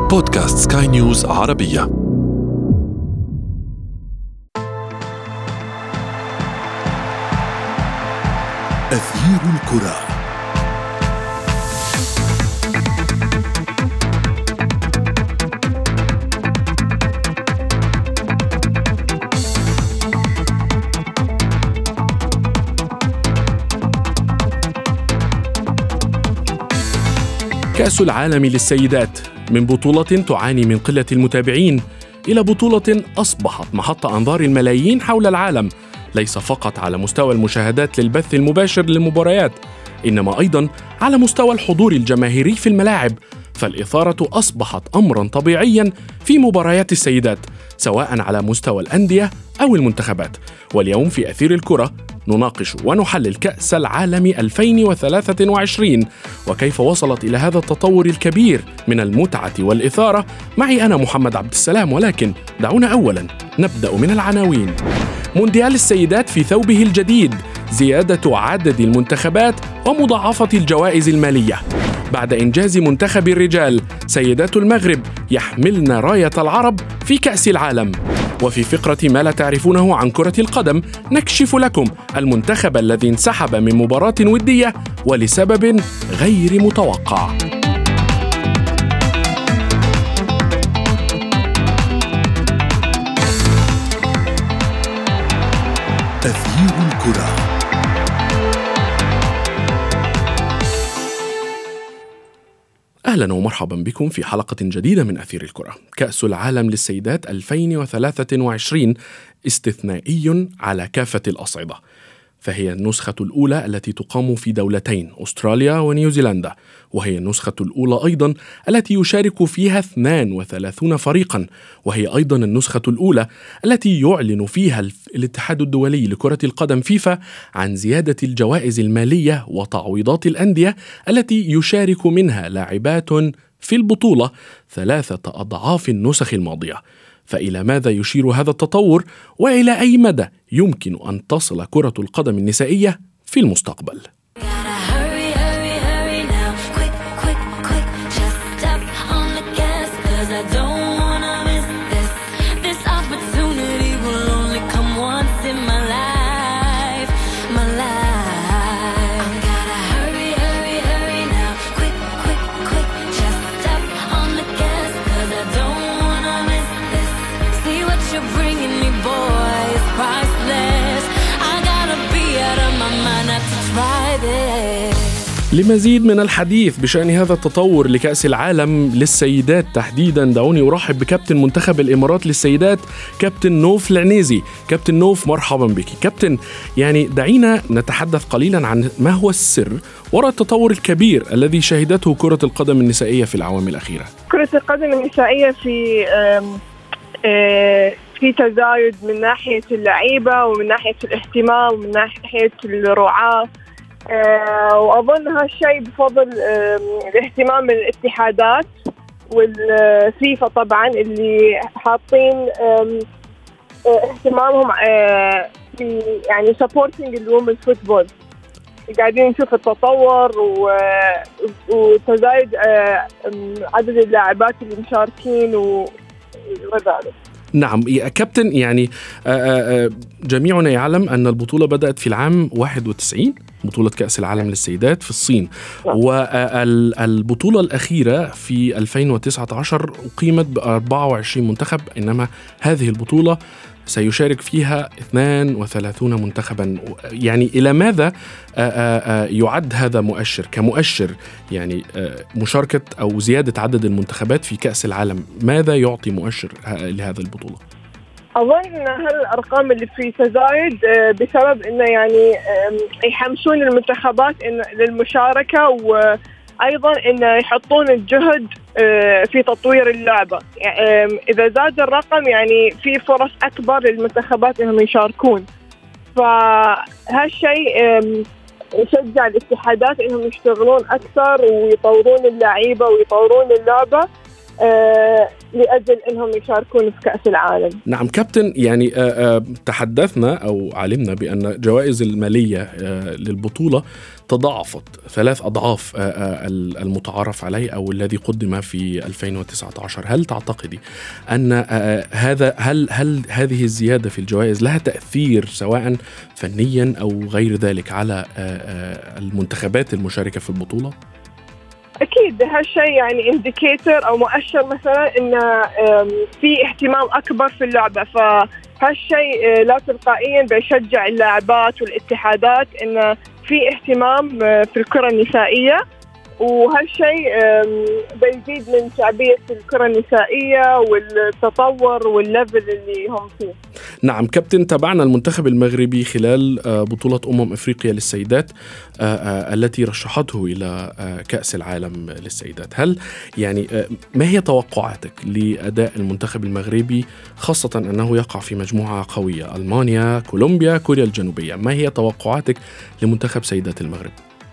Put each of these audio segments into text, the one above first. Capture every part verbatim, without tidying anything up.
بودكاست سكاي نيوز عربية. أثير الكرة. كأس العالم للسيدات، من بطولة تعاني من قلة المتابعين إلى بطولة أصبحت محط أنظار الملايين حول العالم، ليس فقط على مستوى المشاهدات للبث المباشر للمباريات، إنما أيضاً على مستوى الحضور الجماهيري في الملاعب، فالإثارة أصبحت أمراً طبيعياً في مباريات السيدات، سواء على مستوى الأندية أو المنتخبات. واليوم في أثير الكرة نناقش ونحلل كأس العالم ألفين وثلاثة وعشرين وكيف وصلت إلى هذا التطور الكبير من المتعة والإثارة. معي أنا محمد عبد السلام، ولكن دعونا أولاً نبدأ من العناوين. مونديال السيدات في ثوبه الجديد، زيادة عدد المنتخبات ومضاعفة الجوائز المالية. بعد إنجاز منتخب الرجال، سيدات المغرب يحملن راية العرب في كأس العالم. وفي فقرة ما لا تعرفونه عن كرة القدم، نكشف لكم المنتخب الذي انسحب من مباراة ودية ولسبب غير متوقع. أثير الكرة. أهلا ومرحبا بكم في حلقة جديدة من أثير الكرة. كأس العالم للسيدات ألفين وثلاثة وعشرين استثنائي على كافة الأصعدة، فهي النسخة الأولى التي تقام في دولتين أستراليا ونيوزيلندا، وهي النسخة الأولى أيضا التي يشارك فيها اثنان وثلاثين فريقا، وهي أيضا النسخة الأولى التي يعلن فيها الاتحاد الدولي لكرة القدم فيفا عن زيادة الجوائز المالية وتعويضات الأندية التي يشارك منها لاعبات في البطولة ثلاثة أضعاف النسخ الماضية. فإلى ماذا يشير هذا التطور؟ وإلى أي مدى يمكن أن تصل كرة القدم النسائية في المستقبل؟ لمزيد من الحديث بشأن هذا التطور لكأس العالم للسيدات تحديدا، دعوني أرحب بكابتن منتخب الإمارات للسيدات كابتن نوف العنيزي. كابتن نوف، مرحبا بك. كابتن، يعني دعينا نتحدث قليلا عن ما هو السر وراء التطور الكبير الذي شهدته كرة القدم النسائية في الأعوام الأخيرة. كرة القدم النسائية في في تزايد من ناحية اللعيبة ومن ناحية الاهتمام ومن ناحية الرعاة، أه وأظن هالشيء بفضل أه الاهتمام من الاتحادات والفيفا طبعا، اللي حاطين أه اهتمامهم أه في يعني supporting الومن فوتبول. قاعدين نشوف التطور وتزايد أه عدد اللاعبات اللي مشاركين وذلك. نعم يا كابتن، يعني جميعنا يعلم أن البطولة بدأت في العام واحد وتسعين، بطولة كأس العالم للسيدات في الصين، والبطولة الأخيرة في ألفين وتسعة عشر أقيمت بأربعة وعشرين منتخب، إنما هذه البطولة سيشارك فيها اثنين وثلاثين منتخبا. يعني إلى ماذا يعد هذا مؤشر كمؤشر، يعني مشاركة أو زيادة عدد المنتخبات في كأس العالم، ماذا يعطي مؤشر لهذا البطولة؟ أظن أن هالأرقام اللي في تزايد بسبب أنه يعني يحمسون المنتخبات للمشاركة، وأيضا أنه يحطون الجهد في تطوير اللعبة. إذا زاد الرقم يعني في فرص أكبر للمنتخبات أنهم يشاركون، فهالشيء يشجع الاتحادات أنهم يشتغلون أكثر ويطورون اللعيبة ويطورون اللعبة. آه لأجل أنهم يشاركون في كأس العالم. نعم كابتن، يعني آه آه تحدثنا أو علمنا بأن جوائز المالية آه للبطولة تضاعفت ثلاث أضعاف آه آه المتعارف عليه أو الذي قدم في ألفين وتسعة عشر. هل تعتقدي أن آه هذا هل هل هذه الزيادة في الجوائز لها تأثير سواء فنيا أو غير ذلك على آه آه المنتخبات المشاركة في البطولة؟ أكيد هالشيء يعني إنديكيتور أو مؤشر مثلا إن في اهتمام أكبر في اللعبة، فهالشيء لا تلقائيا بيشجع اللاعبات والاتحادات إن في اهتمام في الكرة النسائية، وهالشيء بيزيد من شعبية الكرة النسائية والتطور والليفل اللي هم فيه. نعم كابتن، تابعنا المنتخب المغربي خلال بطولة أمم أفريقيا للسيدات التي رشحته إلى كأس العالم للسيدات. هل يعني ما هي توقعاتك لأداء المنتخب المغربي، خاصة أنه يقع في مجموعة قوية ألمانيا، كولومبيا، كوريا الجنوبية؟ ما هي توقعاتك لمنتخب سيدات المغرب؟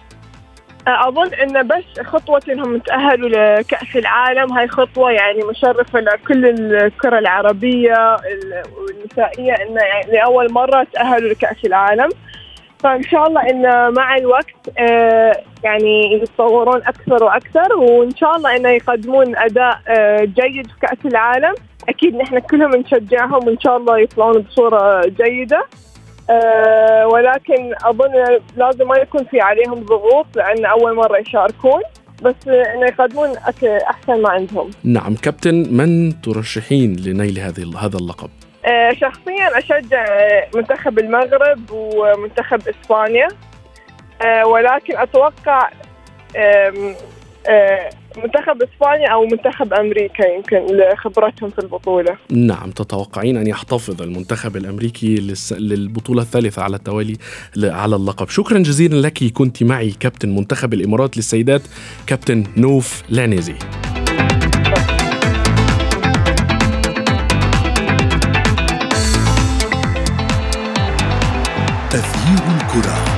أظن إن بس خطوة إنهم يتأهلوا لكأس العالم هاي خطوة يعني مشرفة لكل الكرة العربية والنسائية، إن يعني لأول مرة تأهلوا لكأس العالم. فإن شاء الله إن مع الوقت يعني يتطورون أكثر وأكثر، وإن شاء الله إن يقدمون أداء جيد في كأس العالم. أكيد نحن كلهم نشجعهم وإن شاء الله يطلعون بصورة جيدة. أه ولكن أظن لازم ما يكون في عليهم ضغوط لأن أول مرة يشاركون، بس إنه يقدمون أحسن ما عندهم. نعم كابتن، من ترشحين لنيل هذه هذا اللقب؟ أه شخصيا أشجع منتخب المغرب ومنتخب إسبانيا، أه ولكن أتوقع أه أه منتخب إسبانيا أو منتخب أمريكا يمكن لخبرتهم في البطولة. نعم، تتوقعين أن يحتفظ المنتخب الأمريكي للس... للبطولة الثالثة على التوالي على اللقب. شكرا جزيلا لك، كنت معي كابتن منتخب الإمارات للسيدات كابتن نوف لانيزي. تغيير الكرة.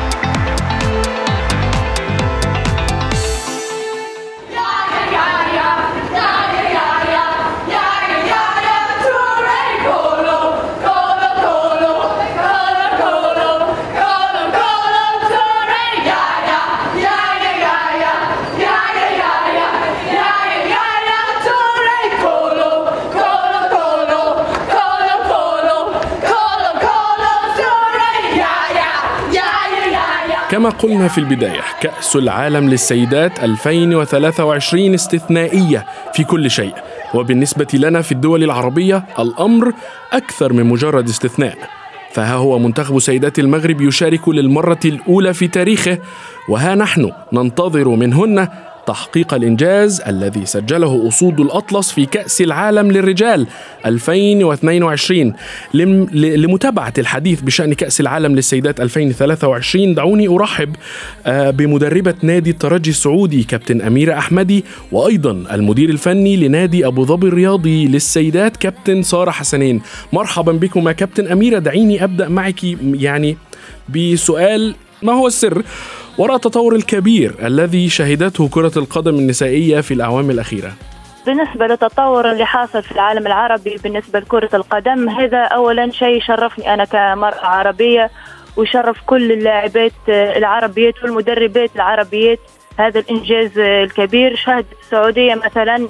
كما قلنا في البداية، كأس العالم للسيدات ألفين وثلاثة وعشرين استثنائية في كل شيء، وبالنسبة لنا في الدول العربية الأمر أكثر من مجرد استثناء. فها هو منتخب سيدات المغرب يشارك للمرة الأولى في تاريخه، وها نحن ننتظر منهن تحقيق الإنجاز الذي سجله أسود الأطلس في كأس العالم للرجال ألفين واثنين وعشرين. لمتابعة الحديث بشأن كأس العالم للسيدات ألفين وثلاثة وعشرين دعوني أرحب بمدربة نادي الترجي السعودي كابتن أميرة أحمدي، وأيضا المدير الفني لنادي أبو ظبي الرياضي للسيدات كابتن سارة حسنين. مرحبا بكم يا كابتن أميرة. دعيني أبدأ معك يعني بسؤال: ما هو السر وراء التطور الكبير الذي شهدته كرة القدم النسائية في الأعوام الأخيرة؟ بالنسبة للتطور اللي حاصل في العالم العربي بالنسبة لكرة القدم، هذا أولا شيء شرفني أنا كمرأة عربية، وشرف كل اللاعبات العربيات والمدربات العربيات. هذا الإنجاز الكبير شهدت السعودية مثلا،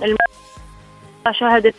شهدت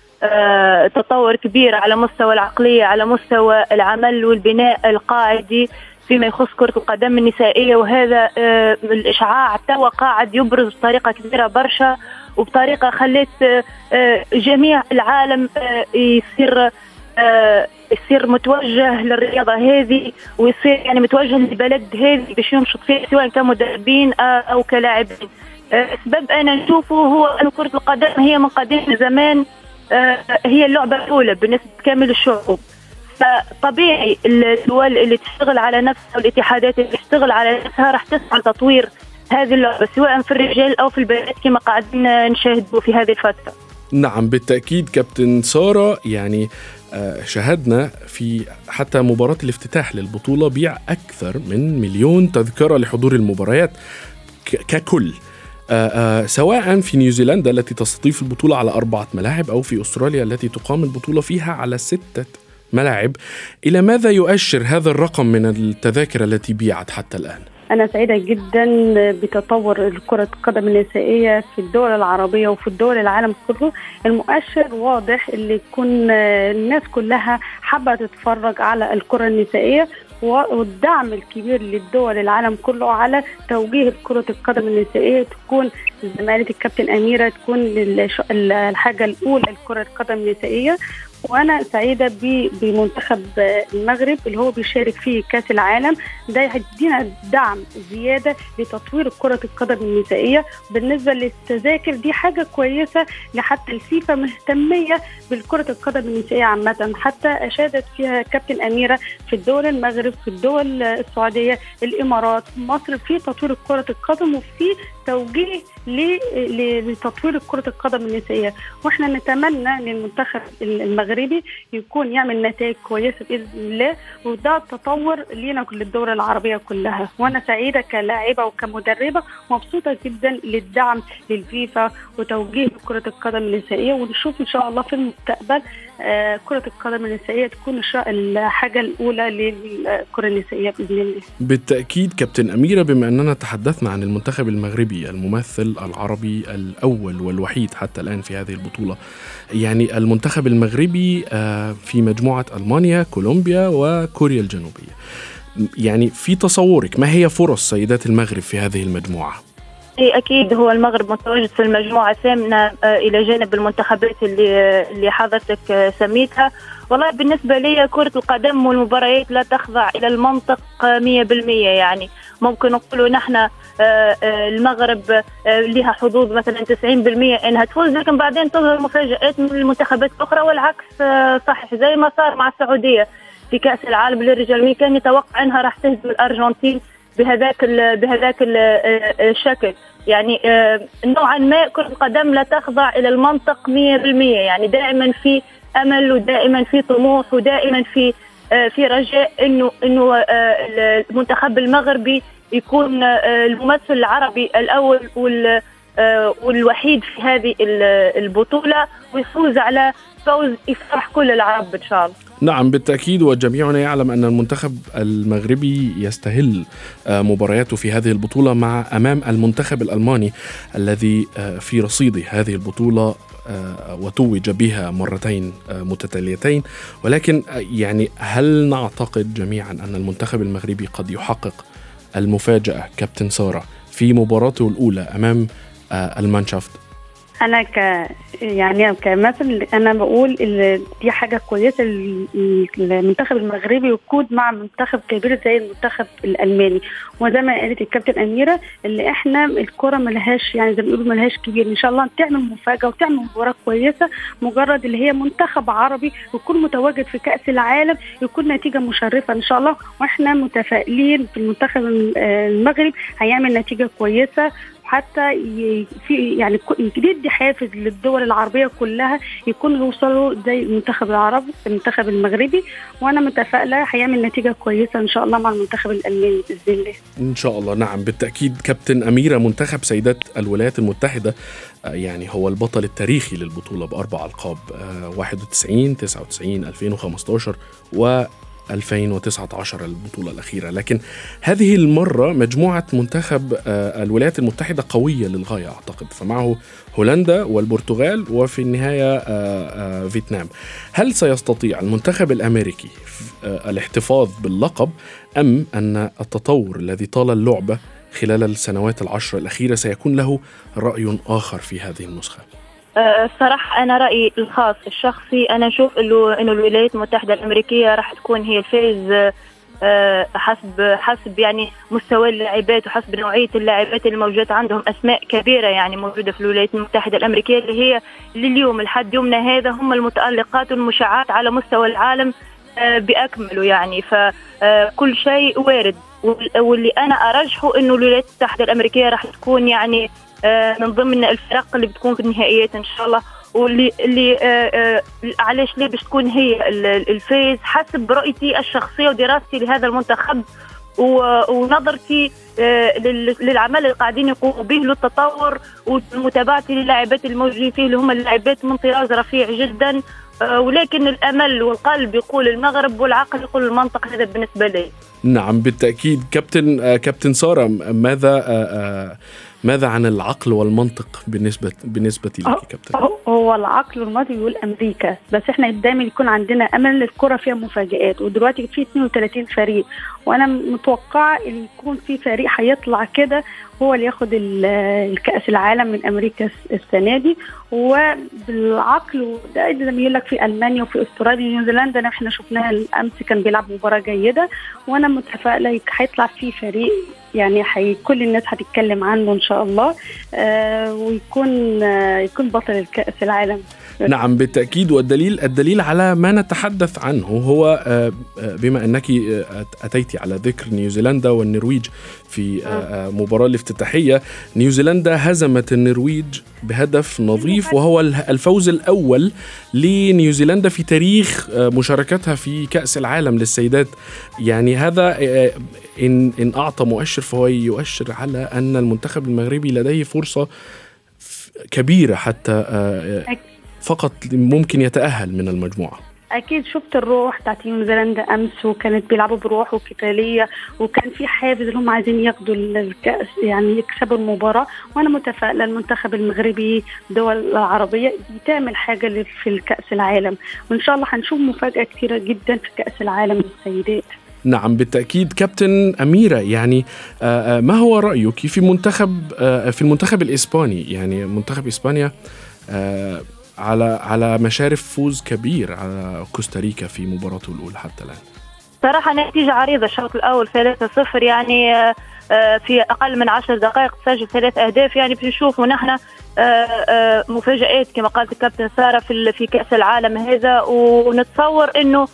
تطور كبير على مستوى العقلية، على مستوى العمل والبناء القاعدي فيما يخص كرة القدم النسائية. وهذا آه الإشعاع توا قاعد يبرز بطريقة كبيرة برشا، وبطريقة خلت آه جميع العالم آه يصير آه يصير متوجه للرياضة هذه، ويصير يعني متوجه للبلد هذه باش ينشط فيها سواء كمدربين آه أو كلاعبين. آه سبب أنا نشوفه هو أن كرة القدم هي من قديم زمان آه هي اللعبة الأولى بالنسبة لكامل الشعوب. فطبيعي الدول اللي تشتغل على نفسها والاتحادات اللي تشتغل على نفسها راح تسعى لتطوير هذه اللعبة سواء في الرجال أو في البنات كما قاعدين نشاهدوا في هذه الفترة. نعم بالتأكيد كابتن سارة. يعني شاهدنا في حتى مباراة الافتتاح للبطولة بيع أكثر من مليون تذكرة لحضور المباريات ككل. آآ آآ سواء في نيوزيلندا التي تستضيف البطولة على أربعة ملاعب أو في أستراليا التي تقام البطولة فيها على ستة ملاعب. إلى ماذا يؤشر هذا الرقم من التذاكر التي بيعت حتى الآن؟ أنا سعيدة جدا بتطور كرة القدم النسائية في الدول العربية وفي الدول العالم كله. المؤشر واضح اللي يكون الناس كلها حابة تتفرج على الكرة النسائية، والدعم الكبير للدول العالم كله على توجيه كرة القدم النسائية تكون زمالة الكابتن أميرة تكون الحاجة الأولى لكرة القدم النسائية. وأنا سعيدة بمنتخب المغرب اللي هو بيشارك في كأس العالم، ده يدينا دعم زيادة لتطوير كرة القدم النسائية. بالنسبة للتذاكر دي حاجة كويسة، لحتى الفيفا مهتمية بالكرة القدم النسائية عامة، حتى أشادت فيها كابتن أميرة في الدول المغرب، في الدول السعودية، الإمارات، مصر، في تطوير كرة القدم وفي توجيه لتطوير كرة القدم النسائية. واحنا نتمنى للمنتخب المغربي يكون يعمل نتائج كويسة بإذن الله، وده تطور لينا للدولة العربية كلها. وانا سعيدة كلاعبة وكمدربة، مبسوطة جدا للدعم للفيفا وتوجيه كرة القدم النسائية، ونشوف ان شاء الله في المستقبل آه كرة القدم النسائية تكون الحاجة الأولى للكرة النسائية بإذن الله. بالتأكيد كابتن أميرة، بما أننا تحدثنا عن المنتخب المغربي الممثل العربي الأول والوحيد حتى الآن في هذه البطولة، يعني المنتخب المغربي في مجموعة ألمانيا، كولومبيا وكوريا الجنوبية، يعني في تصورك ما هي فرص سيدات المغرب في هذه المجموعة؟ أكيد هو المغرب متواجد في المجموعة الثامنة إلى جانب المنتخبات اللي اللي حضرتك سميتها. والله بالنسبة لي كرة القدم والمباريات لا تخضع إلى المنطق مية بالمية، يعني ممكن نقول نحن المغرب لها حظوظ مثلا تسعين بالمية إنها تفوز، لكن بعدين تظهر مفاجآت من المنتخبات الأخرى، والعكس صحيح زي ما صار مع السعودية في كأس العالم للرجال. مين كان يتوقع أنها راح تهزم الأرجنتين بهذاك بهذاك الشكل؟ يعني نوعا ما كرة القدم لا تخضع إلى المنطق مية بالمية، يعني دائما في أمل ودائما في طموح ودائما في في رجاء إنه إنه المنتخب المغربي يكون الممثل العربي الأول والوحيد في هذه البطولة، ويفوز على فوز يفرح كل العرب إن شاء الله. نعم بالتأكيد، وجميعنا يعلم أن المنتخب المغربي يستهل مبارياته في هذه البطولة مع أمام المنتخب الألماني الذي في رصيد هذه البطولة وتوج بها مرتين متتاليتين. ولكن يعني هل نعتقد جميعا أن المنتخب المغربي قد يحقق المفاجأة كابتن سارة في مباراته الأولى أمام المانشافت؟ أنا ك يعني كمثل أنا بقول دي حاجة كويسة المنتخب المغربي يكون مع منتخب كبير زي المنتخب الألماني. وزي ما قالت الكابتن أميرة اللي إحنا الكرة ملهاش يعني زي ما بيقولوا ملهاش كبير، إن شاء الله تعمل مفاجأة وتعمل مباراة كويسة، مجرد اللي هي منتخب عربي يكون متواجد في كأس العالم يكون نتيجة مشرفة إن شاء الله. وإحنا متفائلين في المنتخب المغرب هيعمل نتيجة كويسة، حتى في يعني يدي حافز للدول العربية كلها يكون يوصلوا زي المنتخب العربي المنتخب المغربي. وأنا متفائلة هيعمل نتيجة كويسة إن شاء الله مع المنتخب الألماني بإذن الله. إن شاء الله. نعم بالتأكيد كابتن أميرة، منتخب سيدات الولايات المتحدة يعني هو البطل التاريخي للبطولة بأربع ألقاب، واحد وتسعين، تسعة وتسعين، ألفين وخمسة عشر و ألفين وتسعة عشر البطولة الأخيرة. لكن هذه المرة مجموعة منتخب الولايات المتحدة قوية للغاية أعتقد، فمعه هولندا والبرتغال وفي النهاية فيتنام. هل سيستطيع المنتخب الأمريكي الاحتفاظ باللقب، أم أن التطور الذي طال اللعبة خلال السنوات العشر الأخيرة سيكون له رأي آخر في هذه النسخة؟ الصراحة أنا رأيي الخاص الشخصي، أنا أشوف إنه إنه الولايات المتحدة الأمريكية راح تكون هي الفائز حسب حسب يعني مستوى اللاعبات وحسب نوعية اللاعبات الموجودة عندهم. أسماء كبيرة يعني موجودة في الولايات المتحدة الأمريكية اللي هي لليوم لحد يومنا هذا هم المتألقات والمشاعات على مستوى العالم بأكمله، يعني فكل شيء وارد. واللي أنا أرجحه إنه الولايات المتحدة الأمريكية راح تكون يعني من ضمن الفرق اللي بتكون في النهائيات إن شاء الله، واللي اللي آه آه علاش ليه باش تكون هي الفائز حسب رؤيتي الشخصية ودراستي لهذا المنتخب ونظرتي للعمل اللي قاعدين يقوموا به للتطور ومتابعتي للاعبات الموجودين فيه اللي هم اللاعبات من طراز رفيع جدا. ولكن الأمل والقلب يقول المغرب والعقل يقول المنطق. هذا بالنسبة لي. نعم بالتأكيد. كابتن كابتن سارة، ماذا ماذا عن العقل والمنطق بالنسبة بالنسبة لك كابتن؟ هو العقل والمنطق يقول أمريكا، بس احنا دايما يكون عندنا أمل. الكرة فيها مفاجآت، ودلوقتي في اثنين وثلاثين فريق، وأنا متوقعة إن يكون في فريق هيطلع كده هو اللي ياخد الكأس العالم من أمريكا السنة دي. وبالعقل زي ما يقول لك في ألمانيا وفي أستراليا ونيوزيلندا احنا شفناها الأمس كان بيلعب مباراة جيدة، وأنا متفائلة هيطلع في فريق يعني حي كل الناس هتتكلم عنه إن شاء الله، آه ويكون آه يكون بطل الكأس العالم. نعم بالتأكيد. والدليل الدليل على ما نتحدث عنه هو بما أنك أتيتي على ذكر نيوزيلندا والنرويج في مباراة الافتتاحية. نيوزيلندا هزمت النرويج بهدف نظيف، وهو الفوز الأول لنيوزيلندا في تاريخ مشاركتها في كأس العالم للسيدات. يعني هذا إن إن أعطى مؤشر فهو يؤشر على أن المنتخب المغربي لديه فرصة كبيرة حتى فقط ممكن يتأهل من المجموعة. أكيد شفت الروح بتاعت نيوزيلندا أمس، وكانت بيلعبوا بروح وقتالية، وكان في حافز اللي هم عايزين ياخدوا الكأس يعني يكسبوا المباراة. وأنا متفائلة المنتخب المغربي دول العربية بتعمل حاجة في الكأس العالم، وإن شاء الله هنشوف مفاجأة كتيرة جدا في كأس العالم للسيدات. نعم بالتأكيد. كابتن أميرة، يعني ما هو رأيك في منتخب في المنتخب الإسباني؟ يعني منتخب إسبانيا على على مشارف فوز كبير على كوستاريكا في مباراته الأولى حتى الآن. صراحة نتيجة عريضة. الشوط الأول ثلاثة صفر، يعني في أقل من عشر دقائق تسجل ثلاث أهداف. يعني بنشوف ونحن مفاجآت كما قالت الكابتن سارة في في كأس العالم هذا، ونتصور إنه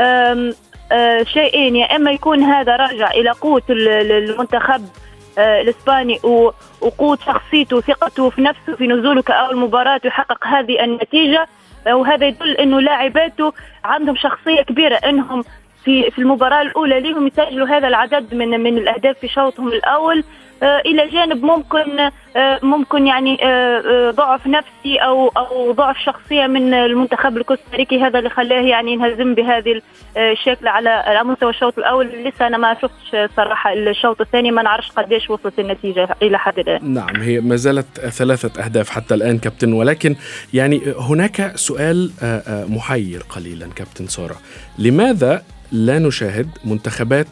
شيئين، يا إما يكون هذا راجع إلى قوة المنتخب الإسباني وقوة شخصيته وثقته في نفسه في نزوله كأول مباراة يحقق هذه النتيجة، وهذا يدل أنه لاعباته عندهم شخصية كبيرة أنهم في في المباراة الأولى لهم يسجلوا هذا العدد من من الأهداف في شوطهم الأول، آه إلى جانب ممكن آه ممكن يعني آه ضعف نفسي أو أو ضعف شخصية من المنتخب الكوستاريكي، هذا اللي خلاه يعني ينهزم بهذه الشكل على على مستوى الشوط الأول. لسه أنا ما شفتش صراحة الشوط الثاني، ما نعرفش قديش وصلت النتيجة إلى حد الآن. نعم هي ما زالت ثلاثة أهداف حتى الآن كابتن، ولكن يعني هناك سؤال محير قليلا كابتن سارة، لماذا لا نشاهد منتخبات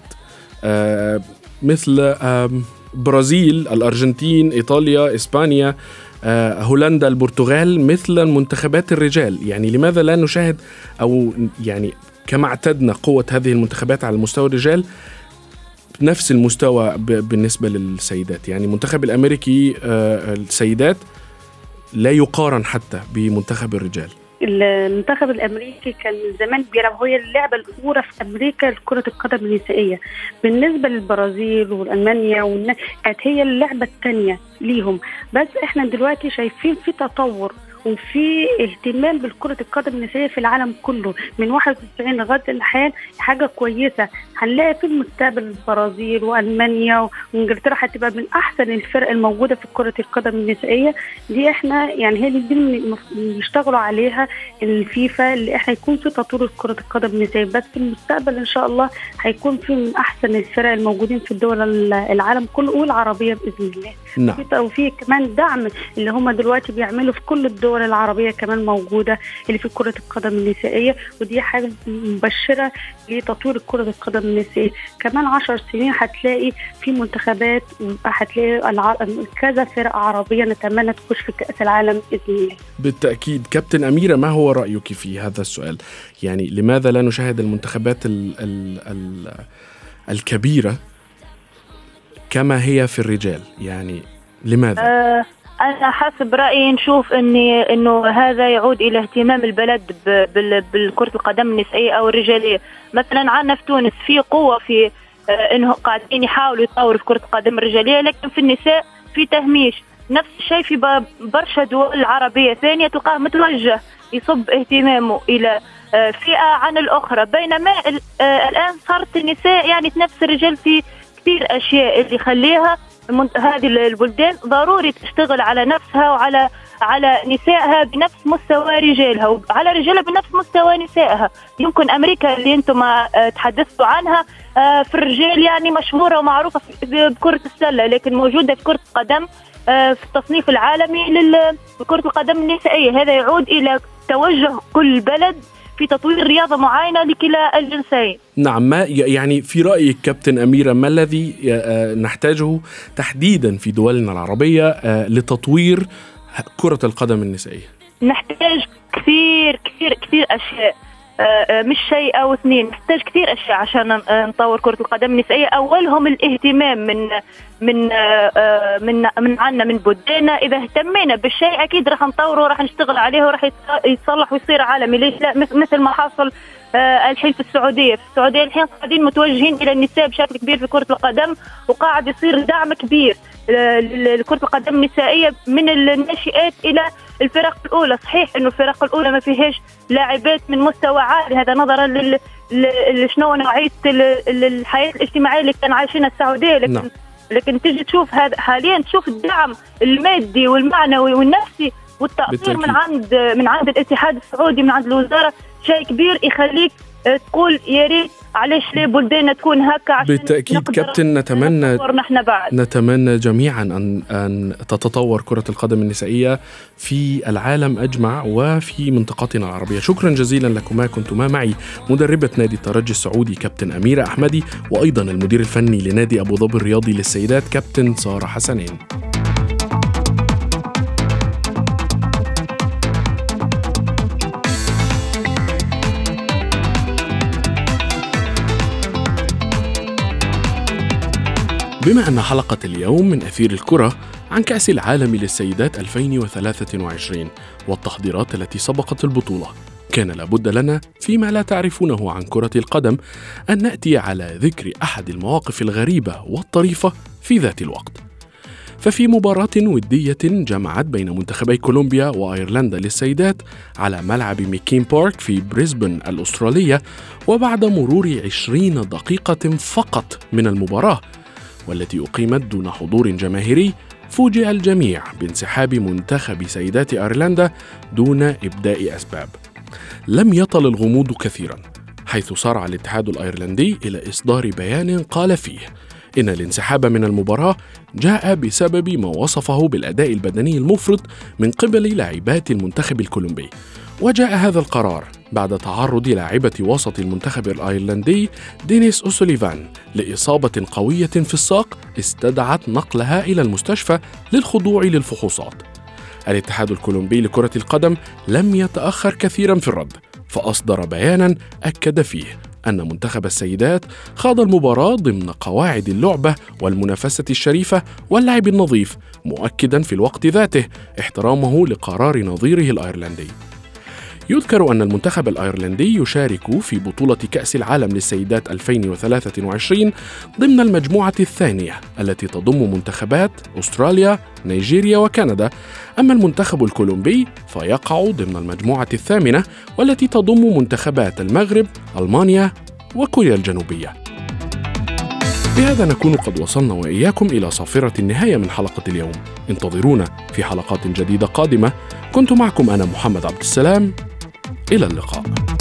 مثل برازيل، الأرجنتين، إيطاليا، إسبانيا، هولندا، البرتغال مثل منتخبات الرجال؟ يعني لماذا لا نشاهد أو يعني كما اعتدنا قوة هذه المنتخبات على مستوى الرجال نفس المستوى بالنسبة للسيدات؟ يعني المنتخب الأمريكي السيدات لا يقارن حتى بمنتخب الرجال. المنتخب الامريكي كان زمان بيلعب، هي اللعبه الاولى في امريكا لكره القدم النسائيه. بالنسبه للبرازيل والالمانيا والن... كانت هي اللعبه الثانيه ليهم، بس احنا دلوقتي شايفين في تطور وفي اهتمام بالكرة القدم النسائية في العالم كله من واحد وتسعين لغاية الحال، حاجة كويسة. هنلاقي في المستقبل البرازيل وألمانيا وإنجلترا هتبقى من أحسن الفرق الموجودة في كرة القدم النسائية دي. احنا يعني هي دي اللي بنشتغلوا عليها الفيفا، اللي احنا يكون في تطوير كرة القدم النسائية، بس في المستقبل إن شاء الله هيكون في من أحسن الفرق الموجودين في الدول العالم كله والعربية بإذن الله. نعم. وفي كمان دعم اللي هم دلوقتي بيعملوا في كل الدول العربية كمان موجودة اللي في كرة القدم النسائية، ودي حاجة مبشرة لتطوير كرة القدم النسائية. كمان عشر سنين هتلاقي في منتخبات، هتلاقي كذا فرقة عربية نتمنى تخش في كأس العالم بإذن الله. بالتأكيد. كابتن أميرة، ما هو رأيك في هذا السؤال؟ يعني لماذا لا نشاهد المنتخبات ال ال ال الكبيرة كما هي في الرجال؟ يعني لماذا؟ أه أنا حسب رأيي نشوف إني إنه هذا يعود إلى اهتمام البلد بالكرة القدم النسائية أو الرجالية. مثلا عندنا في تونس في قوة في آه إنه قاعدين يحاولوا يطوروا في كرة القدم الرجالية، لكن في النساء في تهميش. نفس الشيء في برشا دول عربية ثانية تلقاه متوجه يصب اهتمامه إلى آه فئة عن الأخرى، بينما آه الآن صارت النساء يعني تنافس الرجال في كثير أشياء اللي يخليها هذه البلدان ضروري تشتغل على نفسها وعلى على نسائها بنفس مستوى رجالها، وعلى رجالها بنفس مستوى نسائها. يمكن أمريكا اللي أنتم تحدثتوا عنها في الرجال يعني مشهورة ومعروفة بكرة السلة، لكن موجودة في كرة القدم في التصنيف العالمي لكرة القدم النسائية. هذا يعود إلى توجه كل بلد في تطوير رياضة معينة لكلا الجنسين. نعم، ما يعني في رأيك كابتن أميرة ما الذي نحتاجه تحديدا في دولنا العربية لتطوير كرة القدم النسائية؟ نحتاج كثير كثير كثير أشياء، مش شيء أو اثنين، نحتاج كثير أشياء عشان نطور كرة القدم النسائية. أولهم الاهتمام من من من من عنا من بلدنا. إذا اهتمينا بالشيء أكيد راح نطوره وراح نشتغل عليه وراح يتصلح ويصير عالمي. ليش لا؟ مثل ما حصل الحين في السعودية. في السعودية الحين قاعدين متوجهين إلى النساء بشكل كبير في كرة القدم، وقاعد يصير دعم كبير لكرة القدم النسائية من الناشئات إلى الفرق الأولى. صحيح إنه الفرق الأولى ما فيهاش لاعبات من مستوى عالي، هذا نظرا لل شنو نوعية الحياة الاجتماعية اللي كان عايشينها السعودية، لكن نعم. لكن تيجي تشوف هذا حاليا، تشوف الدعم المادي والمعنوي والنفسي والتقدير من عند من عند الاتحاد السعودي، من عند الوزارة، شيء كبير يخليك تقول يا ريت علاش ليه بلداننا تكون هكا. عشان بالتأكيد كابتن نتمنى نتمنى جميعا أن أن تتطور كرة القدم النسائية في العالم أجمع وفي منطقتنا العربية. شكرا جزيلا لكما، كنتما معي مدربة نادي الترجي السعودي كابتن أميرة أحمدي، وأيضا المدير الفني لنادي أبو ظبي الرياضي للسيدات كابتن سارة حسنين. بما أن حلقة اليوم من أثير الكرة عن كأس العالم للسيدات ألفين وثلاثة وعشرين والتحضيرات التي سبقت البطولة، كان لابد لنا فيما لا تعرفونه عن كرة القدم أن نأتي على ذكر أحد المواقف الغريبة والطريفة في ذات الوقت. ففي مباراة ودية جمعت بين منتخبي كولومبيا وأيرلندا للسيدات على ملعب ميكين بارك في بريسبن الأسترالية، وبعد مرور عشرين دقيقة فقط من المباراة والتي أقيمت دون حضور جماهيري، فوجئ الجميع بانسحاب منتخب سيدات أيرلندا دون إبداء أسباب. لم يطل الغموض كثيرا، حيث سارع الاتحاد الأيرلندي إلى إصدار بيان قال فيه إن الانسحاب من المباراة جاء بسبب ما وصفه بالأداء البدني المفرط من قبل لاعبات المنتخب الكولومبي. وجاء هذا القرار بعد تعرض لاعبة وسط المنتخب الأيرلندي دينيس أوسوليفان لإصابة قوية في الساق استدعت نقلها إلى المستشفى للخضوع للفحوصات. الاتحاد الكولومبي لكرة القدم لم يتأخر كثيرا في الرد، فأصدر بيانا أكد فيه أن منتخب السيدات خاض المباراة ضمن قواعد اللعبة والمنافسة الشريفة واللعب النظيف، مؤكدا في الوقت ذاته احترامه لقرار نظيره الأيرلندي. يذكر أن المنتخب الأيرلندي يشارك في بطولة كأس العالم للسيدات ألفين وثلاثة وعشرين ضمن المجموعة الثانية التي تضم منتخبات أستراليا، نيجيريا وكندا، أما المنتخب الكولومبي فيقع ضمن المجموعة الثامنة والتي تضم منتخبات المغرب، ألمانيا وكوريا الجنوبية. بهذا نكون قد وصلنا وإياكم إلى صافرة النهاية من حلقة اليوم. انتظرونا في حلقات جديدة قادمة. كنت معكم أنا محمد عبد السلام، إلى اللقاء.